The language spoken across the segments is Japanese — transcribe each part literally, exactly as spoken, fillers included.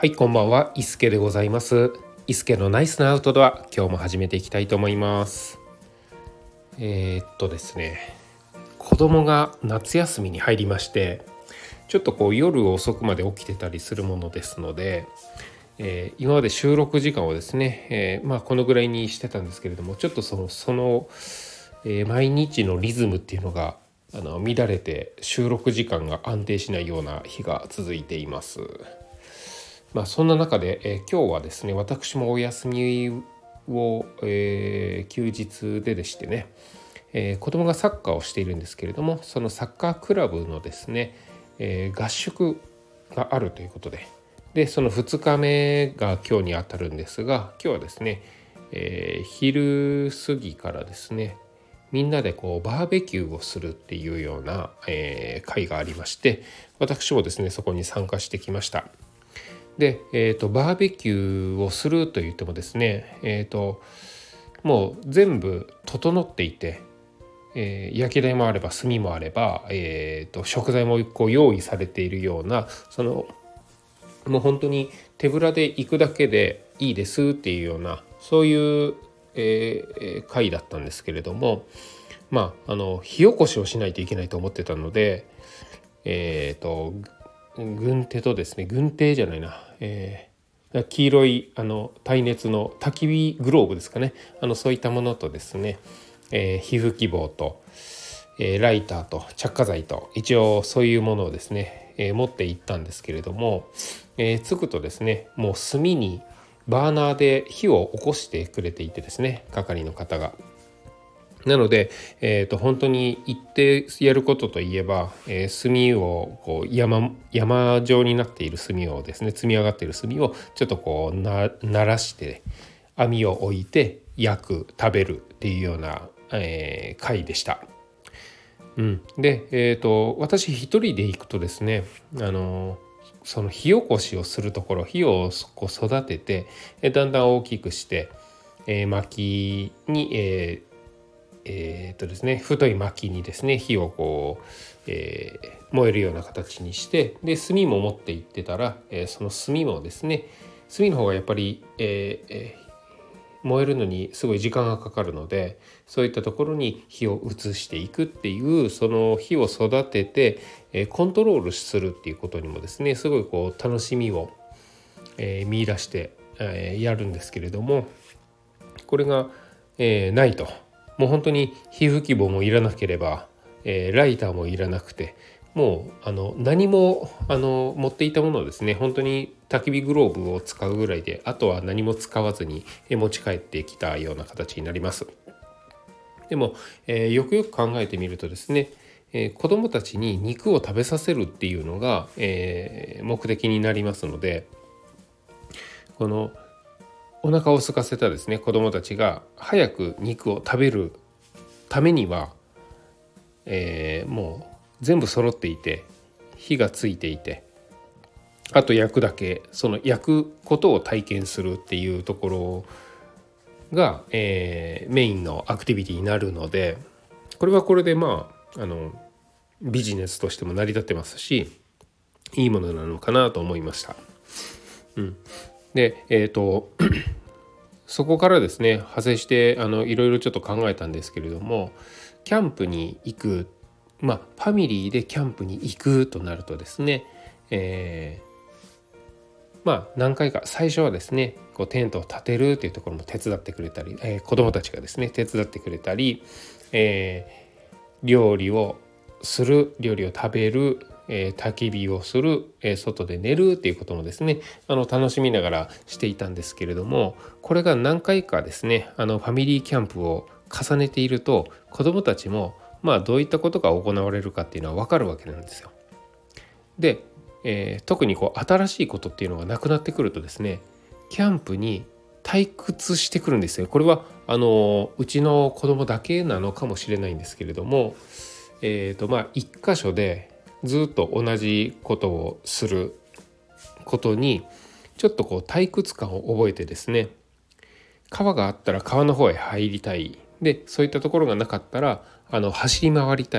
はい、こんばんは。伊助でございます。伊助のナイスなアウトドア、今日も始めていきたいと思います。えー、っとですね、子供が夏休みに入りまして、ちょっとこう夜遅くまで起きてたりするものですので、えー今まで収録時間をですね、えーまあこのぐらいにしてたんですけれども、ちょっとそのその、えー毎日のリズムっていうのがあの乱れて収録時間が安定しないような日が続いています。まあ、そんな中で、えー今日はですね、私もお休みを、えー休日ででしてね、えー子供がサッカーをしているんですけれども、そのサッカークラブのですね、えー合宿があるということで、でそのふつかめが今日にあたるんですが、今日はですね、えー昼過ぎからですね、みんなでこうバーベキューをするっていうような、えー会がありまして、私もですねそこに参加してきました。で、えーと、バーベキューをすると言ってもですね、えーと、もう全部整っていて、えー焼き台もあれば炭もあれば、えーと、食材もこう用意されているような、そのもう本当に手ぶらで行くだけでいいですっていうような、そういう、えー会だったんですけれども、まああの火起こしをしないといけないと思ってたので、えーと軍手とですね、軍手じゃないな、えー黄色いあの耐熱の焚き火グローブですかね、あのそういったものとですね、えー火吹き棒と、えーライターと着火剤と、一応そういうものをですね、えー持って行ったんですけれども、えー着くとですね、もう炭にバーナーで火を起こしてくれていてですね、係の方が。なので、えー、と本当に行ってやることといえば、えー炭をこう 山, 山状になっている炭をですね、積み上がっている炭をちょっとこうな鳴らして網を置いて焼く、食べるっていうような、えー会でした。うん、で、えー、と私一人で行くとですね、あのその火起こしをするところ、火をこう育てて、えだんだん大きくして、えー薪に、えーえーっとですね、太い薪にですね火をこう、えー燃えるような形にして、で炭も持って行ってたら、えーその炭もですね、炭の方がやっぱり、えーえー燃えるのにすごい時間がかかるので、そういったところに火を移していくっていう、その火を育てて、えーコントロールするっていうことにもですね、すごいこう楽しみを、えー見出して、えーやるんですけれども、これが、えーないと、もう本当に火吹き棒もいらなければ、えーライターもいらなくて、もうあの何もあの持っていたものをですね、本当に焚き火グローブを使うぐらいで、あとは何も使わずにえー持ち帰ってきたような形になります。でも、えーよくよく考えてみるとですね、えー子どもたちに肉を食べさせるっていうのが、えー目的になりますので、このお腹を空かせたですね子どもたちが早く肉を食べるためには、えーもう全部揃っていて、火がついていて、あと焼くだけ、その焼くことを体験するっていうところが、えーメインのアクティビティになるので、これはこれでまああのビジネスとしても成り立ってますし、いいものなのかなと思いました。うん、でえっ、とそこからですね派生して、あのいろいろちょっと考えたんですけれども、キャンプに行く、まあファミリーでキャンプに行くとなるとですね、えーまあ何回か最初はですね、こうテントを立てるっていうところも手伝ってくれたり、えー子どもたちがですね手伝ってくれたり、えー料理をする、料理を食べる、えー焚き火をする、えー外で寝るっていうこともですね、あの楽しみながらしていたんですけれども、これが何回かですね、あのファミリーキャンプを重ねていると、子どもたちもまあどういったことが行われるかっていうのは分かるわけなんですよ。で、えー特にこう新しいことっていうのがなくなってくるとですね、キャンプに退屈してくるんですよ。これはあのうちの子供だけなのかもしれないんですけれども、えーとまあ一箇所でずっと同じことをすることにちょっとこう退屈感を覚えてですね、川があったら川の方へ入りたい、でそういったところがなかったらあの走り回りたい、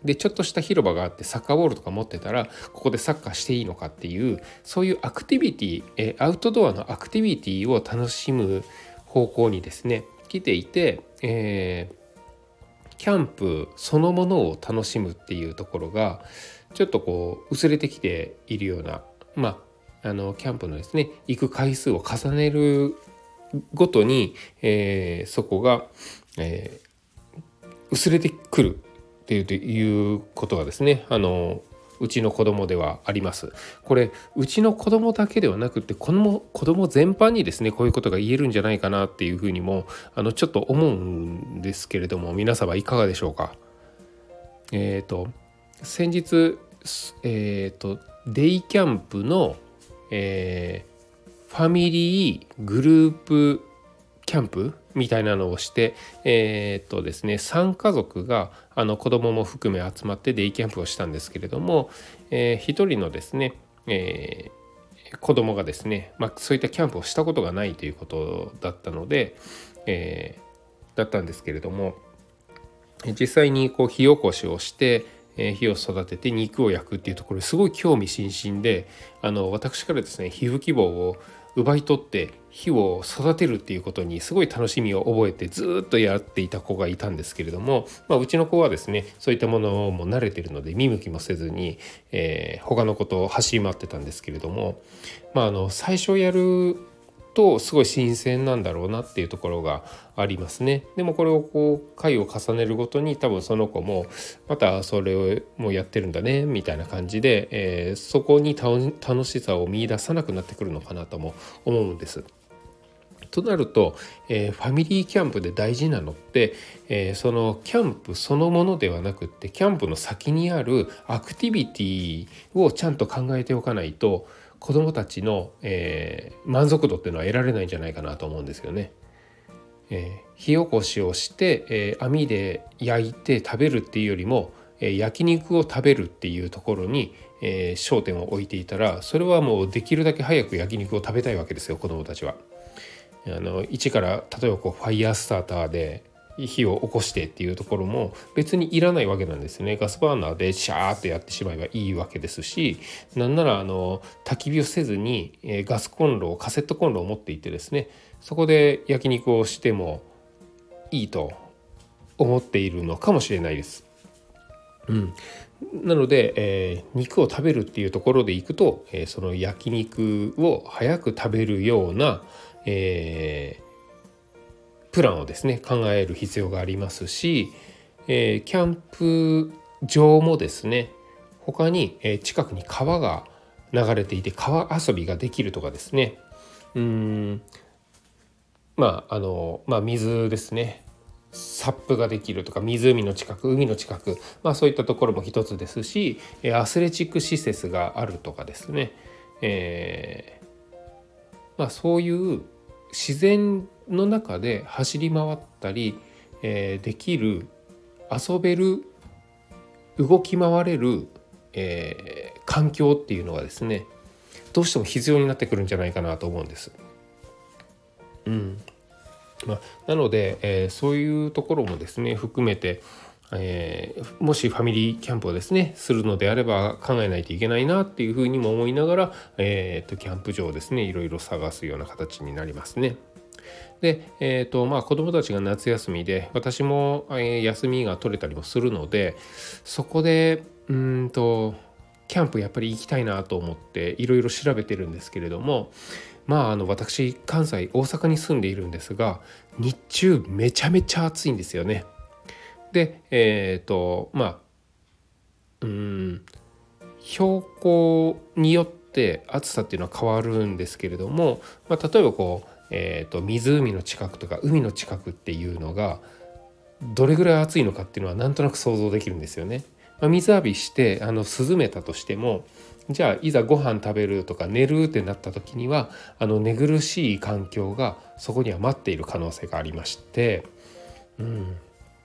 でちょっとした広場があってサッカーボールとか持ってたらここでサッカーしていいのかっていう、そういうアクティビティ、えアウトドアのアクティビティを楽しむ方向にですね来ていて、えー、キャンプそのものを楽しむっていうところがちょっとこう薄れてきているような、まああのキャンプのですね行く回数を重ねるごとに、えー、そこが、えー、薄れてくるっていう、いうことがですねあのうちの子供ではあります。これうちの子供だけではなくて子供子供全般にですねこういうことが言えるんじゃないかなっていうふうにもあのちょっと思うんですけれども、皆様いかがでしょうか。えっ、ー、と先日えっ、ー、とデイキャンプの、えー、ファミリーグループキャンプみたいなのをして、えー、っとですねさん家族があの子供も含め集まってデイキャンプをしたんですけれども、えー、ひとりのですね、えー、子供がですね、まあ、そういったキャンプをしたことがないということだったので、えー、だったんですけれども、実際にこう火起こしをして火を育てて肉を焼くっていうところすごい興味津々で、あの私からですね皮膚希望を奪い取って火を育てるっていうことにすごい楽しみを覚えてずっとやっていた子がいたんですけれども、まあ、うちの子はですねそういったものも慣れているので見向きもせずに、えー、他のことを走り回ってたんですけれども、まあ、あの最初やるとすごい新鮮なんだろうなっていうところがありますね。でもこれをこう回を重ねるごとに多分その子もまたそれをもうやってるんだねみたいな感じで、えー、そこに楽しさを見出さなくなってくるのかなとも思うんです。となると、えー、ファミリーキャンプで大事なのって、えー、そのキャンプそのものではなくってキャンプの先にあるアクティビティをちゃんと考えておかないと子どもたちの、えー、満足度っていうのは得られないんじゃないかなと思うんですよね。えー、火起こしをして、えー、網で焼いて食べるっていうよりも、えー、焼肉を食べるっていうところに、えー、焦点を置いていたらそれはもうできるだけ早く焼肉を食べたいわけですよ、子どもたちは。あの一から例えばこうファイヤースターターで火を起こしてっていうところも別にいらないわけなんですよね。ガスバーナーでシャーってやってしまえばいいわけですし、なんならあの焚き火をせずに、えー、ガスコンロカセットコンロを持っていてですねそこで焼肉をしてもいいと思っているのかもしれないです。うん、なので、えー、肉を食べるっていうところでいくと、えー、その焼肉を早く食べるような、えープランをですね考える必要がありますし、えー、キャンプ場もですね他に、えー、近くに川が流れていて川遊びができるとかですね、うーんまああのまあ水ですねサップができるとか湖の近く海の近く、まあ、そういったところも一つですし、アスレチック施設があるとかですね、えーまあ、そういう自然の中で走り回ったり、えー、できる遊べる動き回れる、えー、環境っていうのがですねどうしても必要になってくるんじゃないかなと思うんです。うんまあ、なので、えー、そういうところもですね含めて、えー、もしファミリーキャンプをですねするのであれば考えないといけないなっていうふうにも思いながら、えー、とキャンプ場をですねいろいろ探すような形になりますね。で、えーとまあ、子どもたちが夏休みで私も、えー、休みが取れたりもするのでそこでうーんとキャンプやっぱり行きたいなと思っていろいろ調べてるんですけれども、まあ、あの私関西大阪に住んでいるんですが日中めちゃめちゃ暑いんですよね。でえっ、ー、とまあうーん標高によって暑さっていうのは変わるんですけれども、まあ、例えばこう、えーと、湖の近くとか海の近くっていうのがどれぐらい暑いのかっていうのはなんとなく想像できるんですよね。まあ、水浴びしてあの涼めたとしてもじゃあいざご飯食べるとか寝るってなった時にはあの寝苦しい環境がそこには待っている可能性がありまして、うん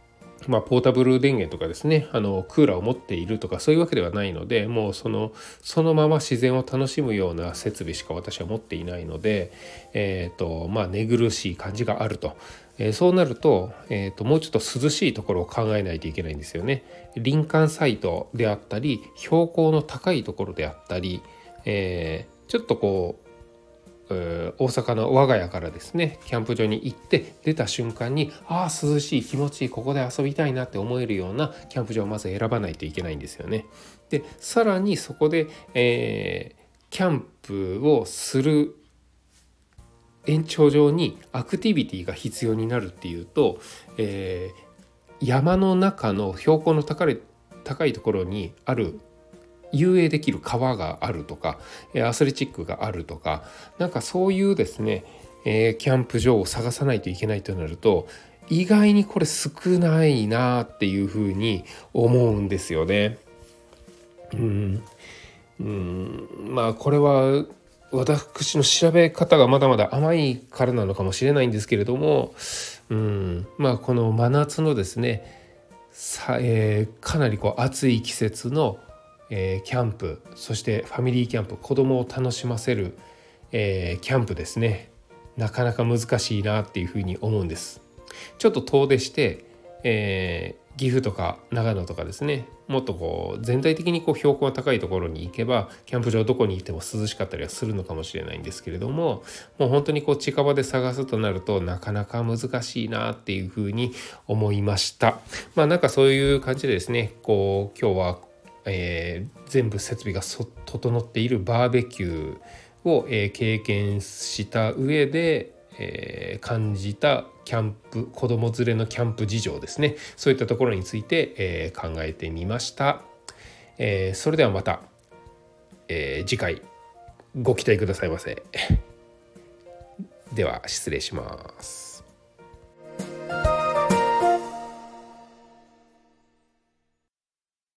まあ、ポータブル電源とかですね、あのクーラーを持っているとかそういうわけではないので、もうそのそのまま自然を楽しむような設備しか私は持っていないので、えーとまあ、寝苦しい感じがあると、えー、そうなると、えーともうちょっと涼しいところを考えないといけないんですよね。林間サイトであったり標高の高いところであったり、えー、ちょっとこう大阪の我が家からですねキャンプ場に行って出た瞬間に、ああ涼しい気持ちいい、ここで遊びたいなって思えるようなキャンプ場をまず選ばないといけないんですよね。でさらにそこで、えー、キャンプをする延長上にアクティビティが必要になるっていうと、えー、山の中の標高の高い、高いところにある遊泳できる川があるとかアスレチックがあるとか、なんかそういうですね、えー、キャンプ場を探さないといけないとなると、意外にこれ少ないなっていうふうに思うんですよね。うんうんまあこれは私の調べ方がまだまだ甘いからなのかもしれないんですけれども、うんまあこの真夏のですねさ、えー、かなりこう暑い季節のえー、キャンプ、そしてファミリーキャンプ、子供を楽しませる、えー、キャンプですね、なかなか難しいなっていうふうに思うんです。ちょっと遠出して、えー、岐阜とか長野とかですね、もっとこう全体的にこう標高が高いところに行けばキャンプ場どこにいても涼しかったりはするのかもしれないんですけれども、もう本当にこう近場で探すとなるとなかなか難しいなっていうふうに思いました。まあなんかそういう感じでですね、こう今日はえー、全部設備が整っているバーベキューを、えー、経験した上で、えー、感じたキャンプ、子供連れのキャンプ事情ですね、そういったところについて、えー、考えてみました。えー、それではまた、えー、次回ご期待くださいませ。では失礼します。